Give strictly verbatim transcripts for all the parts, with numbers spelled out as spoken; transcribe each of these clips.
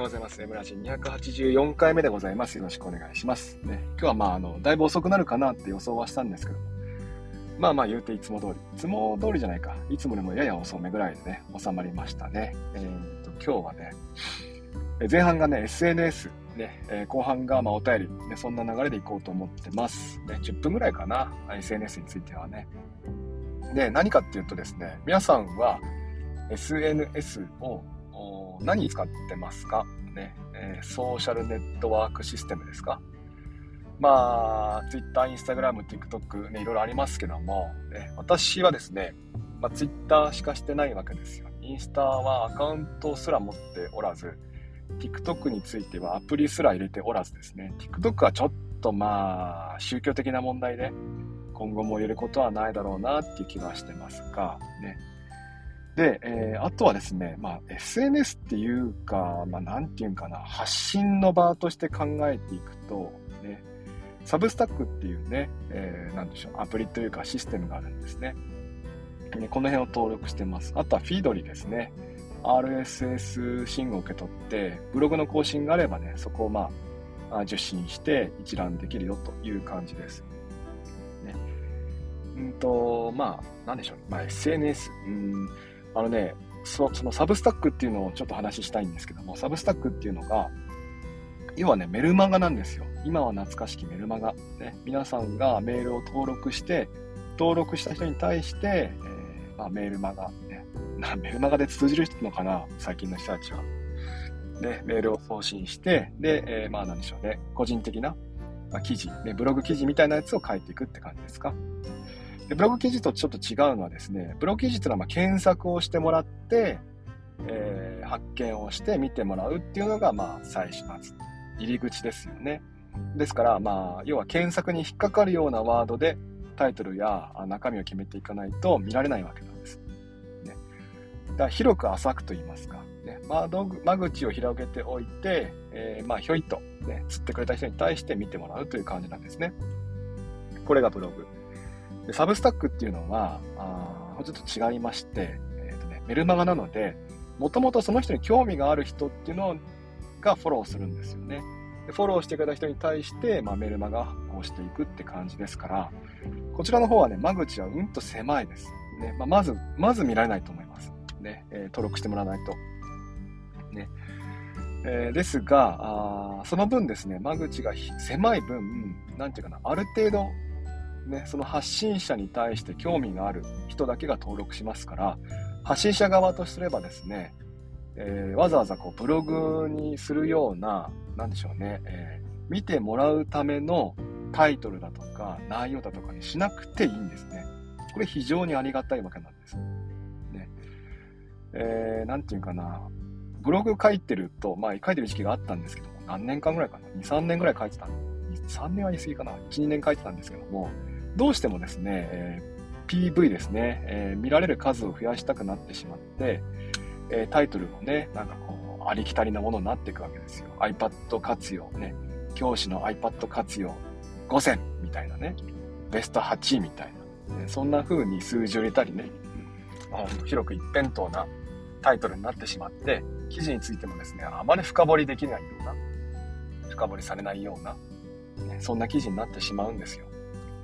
ようございます。エムラジにひゃくはちじゅうよんかいめでございます。よろしくお願いします。ね、今日はまあ、あの、だいぶ遅くなるかなって予想はしたんですけども、まあまあ言うていつも通り、いつも通りじゃないか、いつもでもやや遅めぐらいでね、収まりましたね。えー、と、今日はね、前半がね、エスエヌエス、ね、えー、後半がまあお便り、ね、そんな流れでいこうと思ってます。ね、じゅっぷんぐらいかな、エスエヌエス についてはね。で、何かっていうとですね、皆さんは エスエヌエス を何に使ってますかね、えー、ソーシャルネットワークシステムですか。まあ Twitter、Instagram、TikTok ね、いろいろありますけども、ね、私はですね、まあ、Twitter しかしてないわけですよ。インスタはアカウントすら持っておらず、TikTok についてはアプリすら入れておらずですね、TikTok はちょっとまあ宗教的な問題で今後も入れることはないだろうなっていう気がしてますがね。で、えー、あとはですね、まあ、エスエヌエス っていうか、まあ、なんていうんかな、発信の場として考えていくと、ね、サブスタックっていうね、えー、なんでしょう、アプリというかシステムがあるんですね。ね、この辺を登録してます。あとはフィードリーですね。アールエスエス 信号を受け取って、ブログの更新があればね、そこをまあ、受信して一覧できるよという感じです。ね、うんと、まあ、なんでしょう、まあ、エスエヌエス、うんあのね、そ, そのサブスタックっていうのをちょっと話したいんですけども、サブスタックっていうのが、要はね、メルマガなんですよ。今は懐かしきメルマガ。ね、皆さんがメールを登録して、登録した人に対して、えーまあ、メールマガ、ね、メールマガで通じるのかな、最近の人たちは。で、メールを送信して、で、えー、まあなんでしょうね、個人的な、まあ、記事、ね、ブログ記事みたいなやつを書いていくって感じですか。でブログ記事とちょっと違うのはですね、ブログ記事っていうのはまあ検索をしてもらって、えー、発見をして見てもらうっていうのがまあ最初の入り口ですよね。ですからまあ要は検索に引っかかるようなワードでタイトルや中身を決めていかないと見られないわけなんです。ね、だから広く浅くと言いますか、ね、窓間口を広げておいて、えー、まあひょいっとね釣ってくれた人に対して見てもらうという感じなんですね。これがブログ。でサブスタックっていうのはあちょっと違いまして、えーとね、メルマガなので、もともとその人に興味がある人っていうのがフォローするんですよね。でフォローしてくれた人に対して、まあ、メルマガをしていくって感じですから、こちらの方はね、間口はうんと狭いです。ねまあ、まず、まず見られないと思います。ねえー、登録してもらわないと。ねえー、ですがあ、その分ですね、間口が狭い分、なんていうかな、ある程度、ね、その発信者に対して興味がある人だけが登録しますから、発信者側とすればですね、えー、わざわざこうブログにするような、なんでしょうね、えー、見てもらうためのタイトルだとか内容だとかにしなくていいんですね。これ非常にありがたいわけなんです。ね、えー、なんていうかな、ブログ書いてると、まあ書いてる時期があったんですけども、何年間ぐらいかな、に、さんねんぐらい書いてた、さんねんは言い過ぎかな、いち、にねん書いてたんですけども、どうしてもですね、えー、ピーブイ ですね、えー、見られる数を増やしたくなってしまって、えー、タイトルもね、なんかこう、ありきたりなものになっていくわけですよ。iPad 活用ね、教師の iPad 活用ごせんみたいなね、ベストはちいみたいな、ね、そんな風に数字を入れたりね、まあ、広く一辺倒なタイトルになってしまって、記事についてもですね、あまり深掘りできないような、深掘りされないような、ね、そんな記事になってしまうんですよ。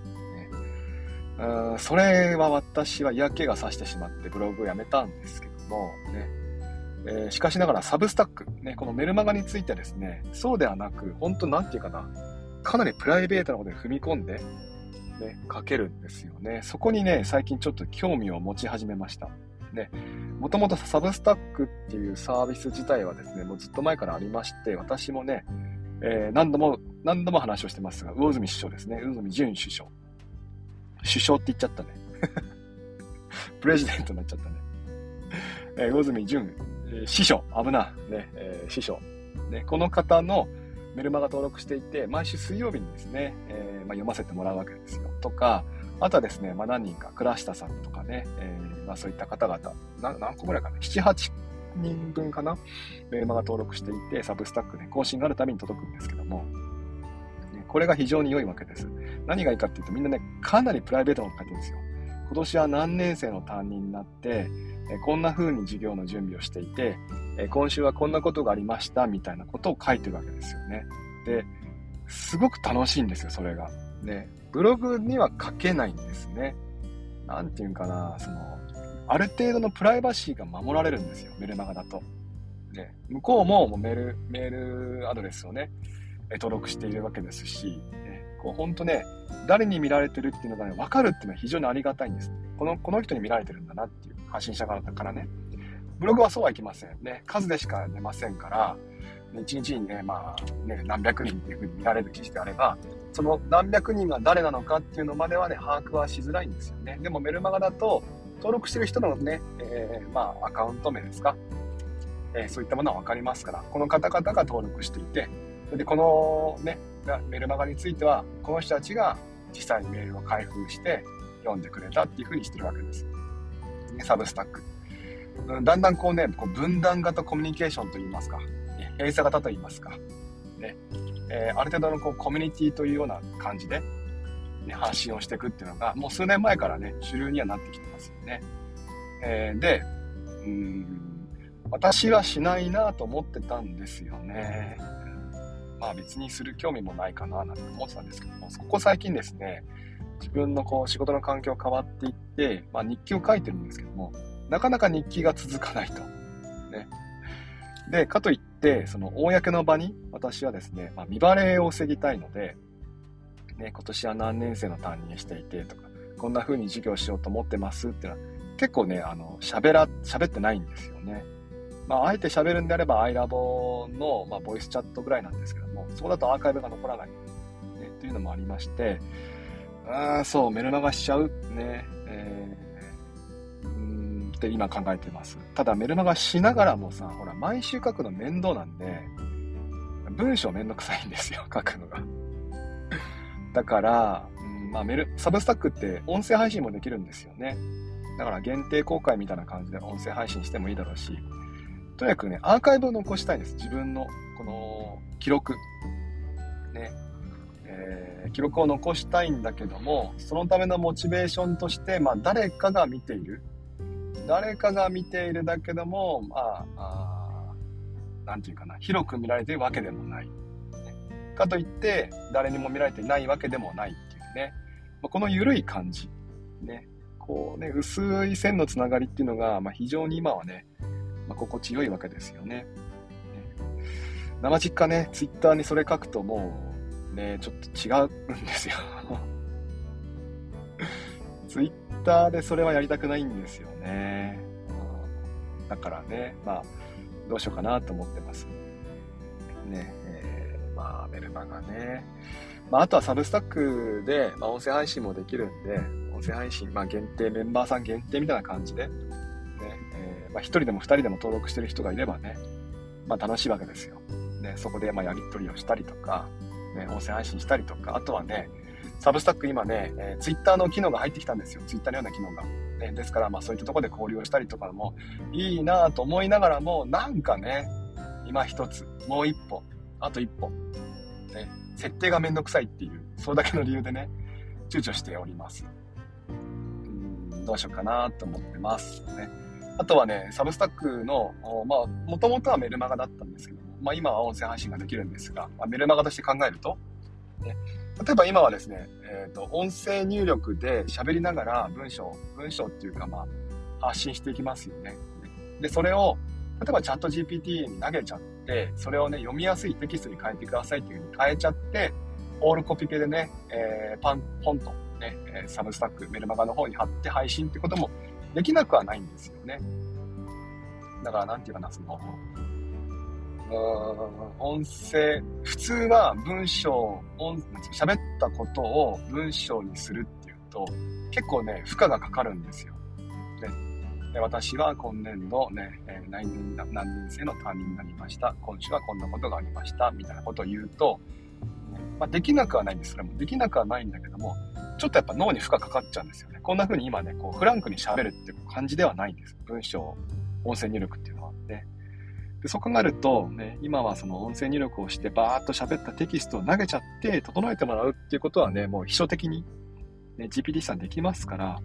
うん、それは私は嫌気がさしてしまってブログをやめたんですけども、ねえー、しかしながらサブスタック、ね、このメルマガについてはですね、そうではなく、本当なんていうかな、かなりプライベートなことに踏み込んで、ね、書けるんですよね。そこにね、最近ちょっと興味を持ち始めました。ね、もともとサブスタックっていうサービス自体はですね、もうずっと前からありまして、私もね、えー、何度も何度も話をしてますが、魚住首相ですね、魚住淳首相。首相って言っちゃったね。プレジデントになっちゃったね。えー、魚住淳、えー、師匠、危な、ね、えー、師匠。ね、この方のメルマガ登録していて、毎週水曜日にですね、えーまあ、読ませてもらうわけですよ。とか、あとはですね、まあ、何人か、倉下さんとかね、えーまあ、そういった方々、な何個ぐらいかな、なな、はちにんぶんかな、メルマガ登録していて、サブスタックで更新があるたびに届くんですけども、これが非常に良いわけです。何がいいかっていうと、みんなね、かなりプライベートなこと書いてるんですよ。今年は何年生の担任になって、 えこんな風に授業の準備をしていて、え今週はこんなことがありましたみたいなことを書いてるわけですよね。で、すごく楽しいんですよ、それが。ね、ブログには書けないんですね。なんていうんかな、その、ある程度のプライバシーが守られるんですよ、メルマガだと。で、向こうももうメール、メールアドレスをね、登録しているわけですし、ね、こう本当ね、誰に見られてるっていうのがね、分かるっていうのは非常にありがたいんです。この、この人に見られてるんだなっていう発信者側だからね。ブログはそうはいきません。ね、数でしか出ませんから、いちにちにね、まあ、ね、何百人っていうふうに見られる記事であれば、その何百人が誰なのかっていうのまではね、把握はしづらいんですよね。でもメルマガだと、登録してる人のね、えー、まあ、アカウント名ですか、えー、そういったものは分かりますから、この方々が登録していて、で、このね、メルマガについては、この人たちが実際にメールを開封して読んでくれたっていうふうにしてるわけです。ね、サブスタック。だんだんこうね、こう分断型コミュニケーションといいますか、閉鎖型といいますか、ねえー、ある程度のこうコミュニティというような感じで、ね、発信をしていくっていうのが、もう数年前からね、主流にはなってきてますよね。えー、で、うーん、私はしないなと思ってたんですよね。まあ別にする興味もないかななんて思ってたんですけども、ここ最近ですね、自分のこう仕事の環境変わっていって、まあ日記を書いてるんですけども、なかなか日記が続かないと。ね。で、かといって、その公の場に私はですね、まあ、見バレを防ぎたいので、ね、今年は何年生の担任していてとか、こんな風に授業しようと思ってますっていうのは、結構ね、あの、喋ら、喋ってないんですよね。まあ、あえて喋るんであれば、iLabo の、まあ、ボイスチャットぐらいなんですけども、そうだとアーカイブが残らない、ね、っていうのもありまして、あーそう、メルマガしちゃう、ね、えー、うーんって今考えてます。ただ、メルマガしながらもさ、ほら、毎週書くの面倒なんで、文章めんどくさいんですよ、書くのが。だから、うん、まあ、メル、サブスタックって音声配信もできるんですよね。だから限定公開みたいな感じで音声配信してもいいだろうし、とにかくね、アーカイブを残したいんです。自分の、この、記録。ね。えー、記録を残したいんだけども、そのためのモチベーションとして、まあ、誰かが見ている。誰かが見ているだけども、まあ、あなんていうかな、広く見られているわけでもない。ね、かといって、誰にも見られていないわけでもないっていうね。まあ、この緩い感じ。ね。こうね、薄い線のつながりっていうのが、まあ、非常に今はね、まあ、心地よいわけですよね。ね、生実家ね、ツイッターにそれ書くともう、ね、ちょっと違うんですよ。ツイッターでそれはやりたくないんですよね。だからね、まあ、どうしようかなと思ってます。ね、えー、まあ、メルマガね。まあ、あとはサブスタックで、まあ、音声配信もできるんで、音声配信、まあ、限定、メンバーさん限定みたいな感じで、ね、えー、まあ、一人でも二人でも登録してる人がいればね、まあ、楽しいわけですよ。ね、そこで、まあ、やり取りをしたりとか、ね、音声配信したりとか、あとはね、サブスタック今ね、えー、ツイッターの機能が入ってきたんですよ。ツイッターのような機能が。ね、ですから、まあ、そういったところで交流をしたりとかもいいなぁと思いながらも、なんかね、今一つ、もう一歩、あと一歩、ね、設定がめんどくさいっていう、それだけの理由でね、躊躇しております。うーん、どうしようかなと思ってますね。あとはね、サブスタックの、まあ、もともとはメルマガだったんですけども、まあ今は音声配信ができるんですが、まあ、メルマガとして考えると、ね、例えば今はですね、えっと、音声入力で喋りながら文章、文章っていうかまあ、発信していきますよね。で、それを、例えばチャット ジーピーティー に投げちゃって、それをね、読みやすいテキストに変えてくださいっていう風に変えちゃって、オールコピペでね、えー、パン、ポンとね、サブスタック、メルマガの方に貼って配信ってこともできなくはないんですよね。だからなんていうかな、その、うーん、音声、普通は文章、音、喋ったことを文章にするっていうと、結構ね、負荷がかかるんですよ。で、私は今年度ね、何年、何年生の担任になりました。今週はこんなことがありました。みたいなことを言うと、まあ、できなくはないんです。それもできなくはないんだけども、ちょっとやっぱ脳に負荷かかっちゃうんですよね。こんな風に今ね、こうフランクに喋るっていう感じではないんです。文章、音声入力っていうのはね。で、そう考えると、ね、今はその音声入力をしてバーッと喋ったテキストを投げちゃって整えてもらうっていうことはね、もう秘書的に、ね、ジーピーティー さんできますから、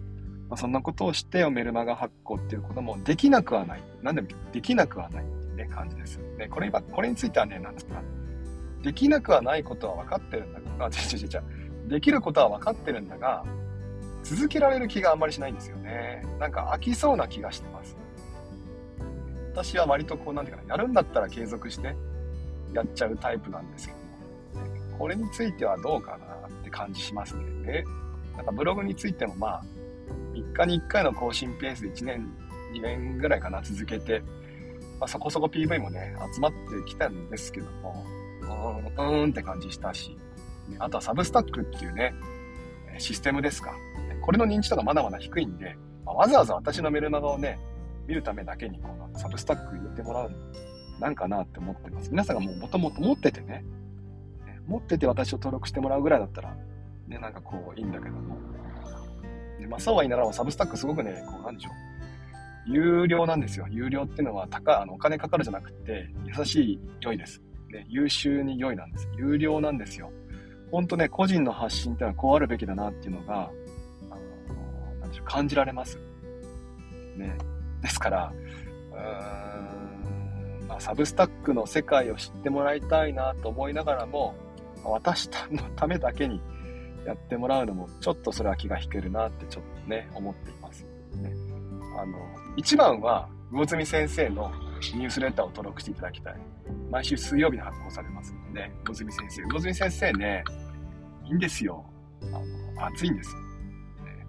まあ、そんなことをしてメルマガ発行っていうこともできなくはない。なんでもできなくはないっていうね、感じです。で、これ今、これについてはね、なんですか、できなくはないことは分かってるんだが、あ、違う違う違う。できることは分かってるんだが、続けられる気があんまりしないんですよね。なんか飽きそうな気がしてます。私は割とこう、なんていうかな、やるんだったら継続してやっちゃうタイプなんですけども、これについてはどうかなって感じしますね。で、なんかブログについてもまあ、みっかにいっかいの更新ペースでいちねん、にねんぐらいかな、続けて、まあ、そこそこ ピーブイ もね、集まってきたんですけども、うーん、うーんって感じしたし、あとはサブスタックっていうね、システムですか。これの認知度がまだまだ低いんで、まあ、わざわざ私のメルマガをね、見るためだけにこのサブスタック入れてもらうのなんかなって思ってます。皆さんがもうもともと持っててね、持ってて私を登録してもらうぐらいだったら、ね、なんかこういいんだけども、でまあ、そうは言いながらサブスタックすごくね、こうなんでしょう。有料なんですよ。有料っていうのは高あのお金かかるじゃなくて、優しい良いです。ね、優秀に良いなんです。有料なんですよ。ほんとね、個人の発信ってのはこうあるべきだなっていうのが、あのなんでしょう、感じられます。ね。ですから、うーん、まあ、サブスタックの世界を知ってもらいたいなと思いながらも、私のためだけにやってもらうのも、ちょっとそれは気が引けるなってちょっとね、思っています。ね、あの、一番は、魚住先生のニュースレターを登録していただきたい。毎週水曜日に発行されますので、ね、魚住先生。魚住先生ね、いいんですよ。あの、熱いんです。ね、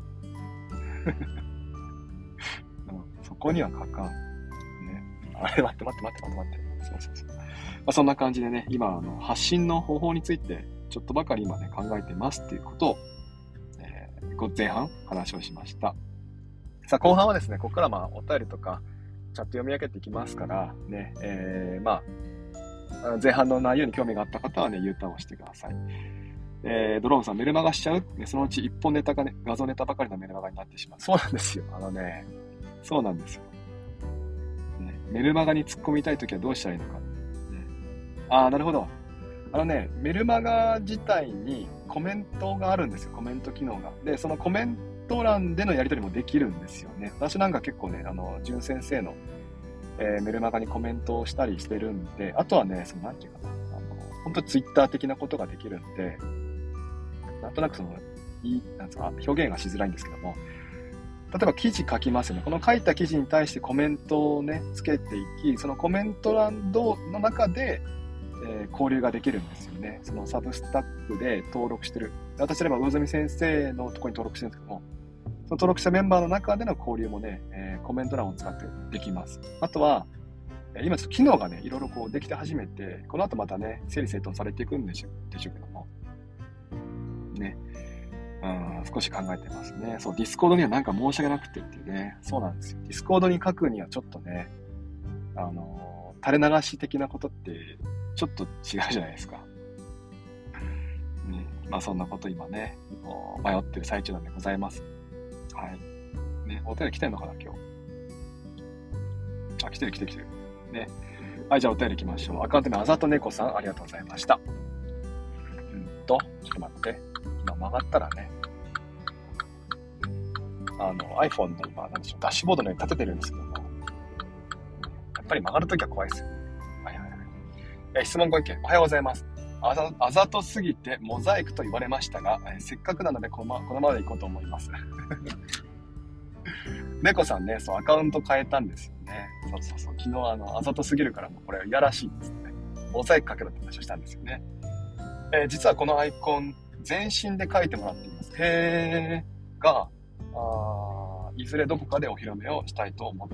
そこには書かん。ね、あれ、待って待って待って待って待って。そうそうそう。まあ、そんな感じでね、今、あの、発信の方法について、ちょっとばかり今ね、考えてますっていうことを、えー、前半話をしました。さあ、後半はですね、ここからまあ、お便りとか、チャット読み上げていきますから、ね、えー、まあ、前半の内容に興味があった方はね、U ターンをしてください。えー、ドローンさん、メルマガしちゃう、ね、そのうち一本ネタがね、画像ネタばかりのメルマガになってしまう。そうなんですよ。あのね、そうなんですよ。ね、メルマガに突っ込みたいときはどうしたらいいのか。ね、あー、なるほど。あのね、メルマガ自体にコメントがあるんですよ。コメント機能が。で、そのコメント欄でのやり取りもできるんですよね。私なんか結構ね、あの、淳先生の、えー、メルマガにコメントをしたりしてるんで、あとはね、その、なんていうかな、あの、本当ツイッター的なことができるんで、なんとなくその、いい、なんつうか、表現がしづらいんですけども、例えば記事書きますよね。この書いた記事に対してコメントをね、つけていき、そのコメント欄の中で、えー、交流ができるんですよね。そのサブスタックで登録してる。私であれば魚住先生のところに登録してるんですけども、その登録したメンバーの中での交流もね、えー、コメント欄を使ってできます。あとは、今ちょっと機能がね、いろいろこうできて始めて、この後またね、整理整頓されていくんでしょでしょうけども、ね、うん、少し考えてますね。そう、ディスコードにはなんか申し訳なくてっていうね、そうなんですよ。ディスコードに書くにはちょっとね、あのー、垂れ流し的なことってちょっと違うじゃないですか。ね、まあそんなこと今ね、迷ってる最中なんでございます。はい。ね、お便り来てんのかな、今日。あ、来てる来てる来てる。ね。はい、じゃあお便り行きましょう。アカウント名、あざとねこさん、ありがとうございました。うんと、ちょっと待って。今曲がったらね、あの、iPhone の今、なんでしょう、ダッシュボードの上に立ててるんですけども、やっぱり曲がるときは怖いですよ。はいはいはい。え、質問ご意見、おはようございます。あざ、あざとすぎてモザイクと言われましたが、えせっかくなのでこのまこのままでいこうと思います。猫さんね、そう、アカウント変えたんですよね。そうそうそう。昨日、あの、あざとすぎるからもうこれはいやらしいんですね。モザイクかけろって話をしたんですよね。えー、実はこのアイコン、全身で書いてもらっています。へーが、あいずれどこかでお披露目をしたいと思って、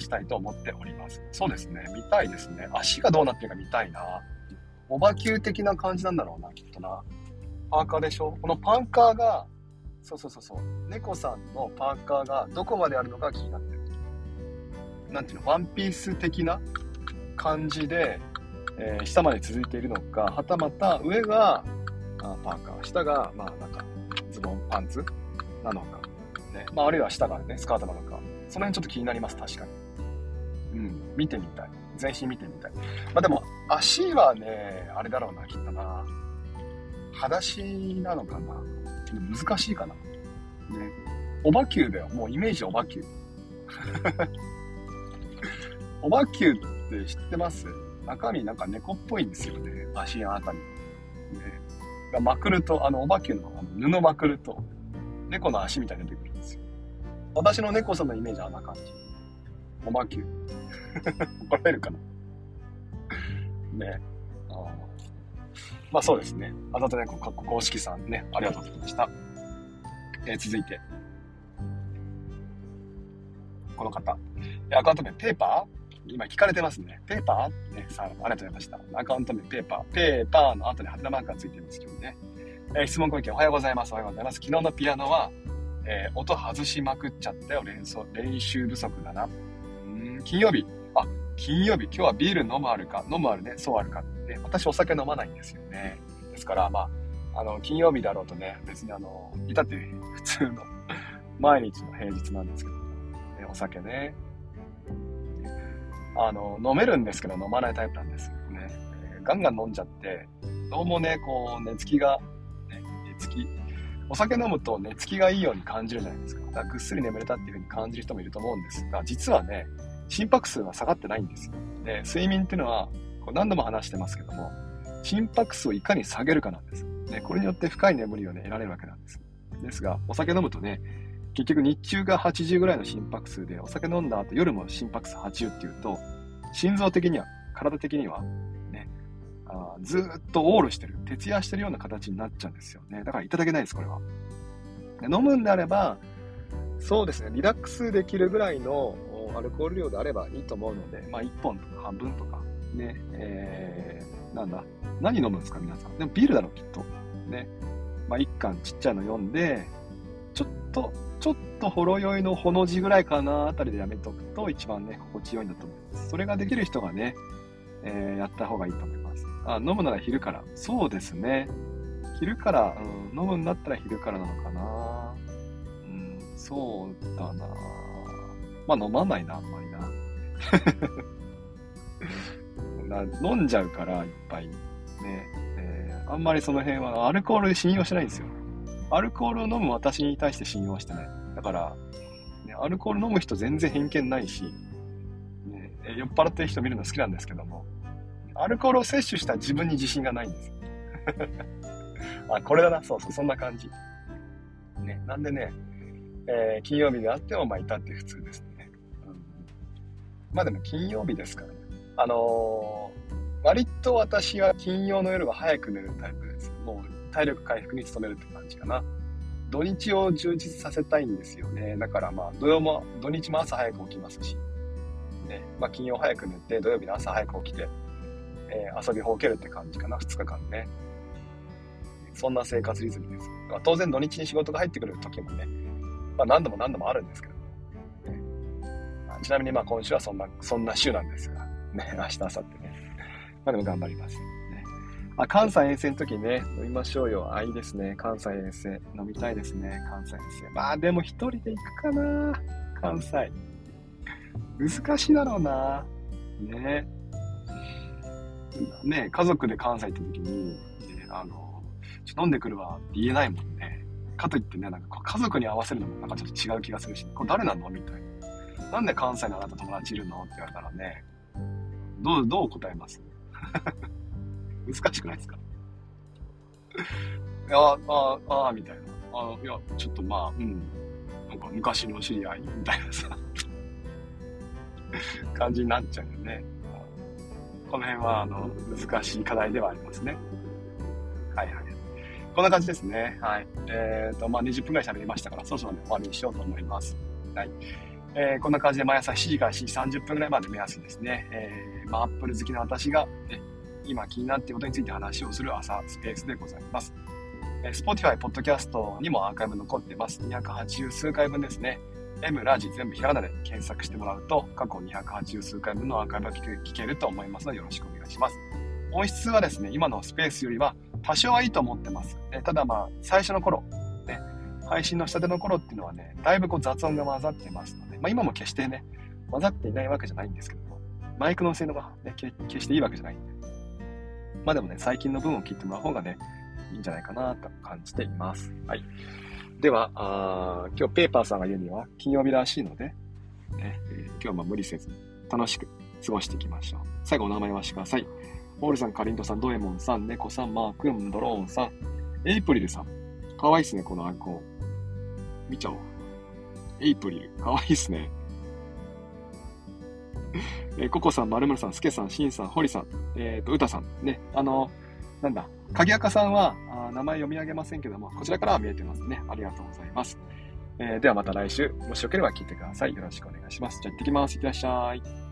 したいと思っております。そうですね。見たいですね。足がどうなってるか見たいな。オバキュー的な感じなんだろうな、きっとな。パーカーでしょ？このパーカーが、そうそうそうそう。猫さんのパーカーがどこまであるのか気になってる。なんていうの、ワンピース的な感じで、えー、下まで続いているのか、はたまた上があパーカー、下が、まあなんか、ズボン、パンツなのか。ね。まああるいは下がね、スカートなのか。その辺ちょっと気になります、確かに。うん、見てみたい。全身見てみたい。まあでも、足はね、あれだろうな、きっとな。裸足なのかな。難しいかな。ね。 オバキューだよ。もうイメージオバキュー。オバキューって知ってます？中身なんか猫っぽいんですよね。足のあたり。ね。がまくると、あの、オバキューのあの布まくると、猫の足みたいに出てくるんですよ。私の猫さんのイメージはあんな感じ。オバキュー。怒られるかなね。あまあそうですね。あざと猫かっこ公式さんね、ありがとうございました。えー、続いて。この方。アカウント名、ペーパー？今聞かれてますね。ペーパーね、さあ、ありがとうございました。アカウント名、ペーパー。ペーパーの後にハテナマークがついています、今日ね。えー、質問ご意見おはようございます。おはようございます。昨日のピアノは、えー、音外しまくっちゃったよ。練奏、練習不足だな。うーん、金曜日。あ、金曜日。今日はビール飲むあるか、飲むあるね、そうあるかって。私お酒飲まないんですよね。ですから、まあ、あの、金曜日だろうとね、別にあの、いたって普通の毎日の平日なんですけど、ね、お酒ね。あの、飲めるんですけど飲まないタイプなんですよね。えー、ガンガン飲んじゃって、どうもね、こう、寝つきが、ね、寝つき、お酒飲むと寝つきがいいように感じるじゃないですか。だからぐっすり眠れたっていう風に感じる人もいると思うんですが、実はね、心拍数は下がってないんですよ。で、睡眠っていうのは、こう何度も話してますけども、心拍数をいかに下げるかなんです。ね、これによって深い眠りをね、得られるわけなんです。ですが、お酒飲むとね、結局日中がはちじゅうぐらいの心拍数で、お酒飲んだ後夜も心拍数はちじゅうっていうと、心臓的には、体的には、ね、あずーっとオールしてる、徹夜してるような形になっちゃうんですよね。だからいただけないです、これは。飲むんであれば、そうですね、リラックスできるぐらいのアルコール量であればいいと思うので、まあいっぽんとか半分とか、ね、えー、なんだ、何飲むんですか皆さん。でもビールだろう、きっと。ね。まあいっかんちっちゃいの読んで、ちょっと、ちょっとほろ酔いのほの字ぐらいかなあたりでやめとくと一番ね、心地よいんだと思います。それができる人がね、えー、やった方がいいと思います。あ、飲むなら昼から。そうですね。昼から、うん、飲むんだったら昼からなのかな。うん、そうだな。まあ飲まないな、あんまりな。な飲んじゃうから、いっぱい。ね。えー、あんまりその辺はアルコール信用してないんですよ。アルコールを飲む私に対して信用してない。だから、ね、アルコール飲む人全然偏見ないし、ね、酔っ払ってる人見るの好きなんですけども、アルコールを摂取した自分に自信がないんです。あ、これだな。そうそう、そんな感じ。ね、なんでね、えー、金曜日であっても、まあ、いたって普通ですね。うん、まあでも金曜日ですからね。あのー、割と私は金曜の夜は早く寝るタイプです。もう体力回復に努めるって感じかな。土日を充実させたいんですよね。だからまあ土曜も、土日も朝早く起きますし、ね、まあ金曜早く寝て、土曜日の朝早く起きて、えー、遊びほうけるって感じかな、ふつかかんね。そんな生活リズムです。まあ、当然土日に仕事が入ってくる時もね、まあ何度も何度もあるんですけど、ね、まあ、ちなみにまあ今週はそんな、そんな週なんですが、ね、明日、明後日ね。まあでも頑張ります。あ、関西遠征の時ね、飲みましょうよ。あ、いいですね。関西遠征。飲みたいですね。関西遠征。まあ、でも一人で行くかな。関西。難しいだろうな。ね。ね、家族で関西行った時に、ね、あの、ちょ飲んでくるわって言えないもんね。かといってね、なんかこう家族に合わせるのもなんかちょっと違う気がするし、これ誰なのみたいな。なんで関西のあなた友達いるのって言われたらね、どう、どう答えます難しくないですか？いや、ああ、ああ、みたいな。あいや、ちょっとまあ、うん。なんか昔の知り合いみたいなさ、感じになっちゃうよね。この辺は、あの、難しい課題ではありますね。はいはい。こんな感じですね。はい。えっと、まあ、にじゅっぷんぐらい喋りましたから、そろそろね、終わりにしようと思います。はい。えー、こんな感じで毎朝しちじからしちじさんじゅっぷんぐらいまで目安ですね。えー、まあ、アップル好きな私が、ね、今気になっていることについて話をする朝スペースでございます。えー、Spotify、Podcast にもアーカイブ残ってます。にひゃくはちじゅう数回分ですね。M、ラジ全部ひらがなで検索してもらうと、過去にひゃくはちじゅう数回分のアーカイブが聞け、聞けると思いますのでよろしくお願いします。音質はですね、今のスペースよりは多少はいいと思ってます。えー、ただまあ、最初の頃、ね、配信のしたての頃っていうのはね、だいぶこう雑音が混ざってますので、まあ今も決してね、混ざっていないわけじゃないんですけども、マイクの性能がね、決していいわけじゃないんで、まあでもね、最近の分を切ってもらう方がね、いいんじゃないかなと感じています。はい。 では、あ今日ペーパーさんが言うには金曜日らしいので、ねえー、今日はまあ無理せず楽しく過ごしていきましょう。最後お名前はしてください。オールさん、カリントさん、ドエモンさん、ネコさん、マー君、ドローンさん、エイプリルさん。かわいいっすね、このアイコン。見ちゃおう。エイプリル。かわいいっすね。えココさん、まるまるさん、スケさん、シンさん、ホリさん、えっ、ー、と、ウタさん。ね、あの、なんだ、鍵垢さんはあ名前読み上げませんけども、こちらからは見えてますね。ありがとうございます。えー、ではまた来週、もしよければ聞いてください。よろしくお願いします。じゃあ行ってきます。いってらっしゃい。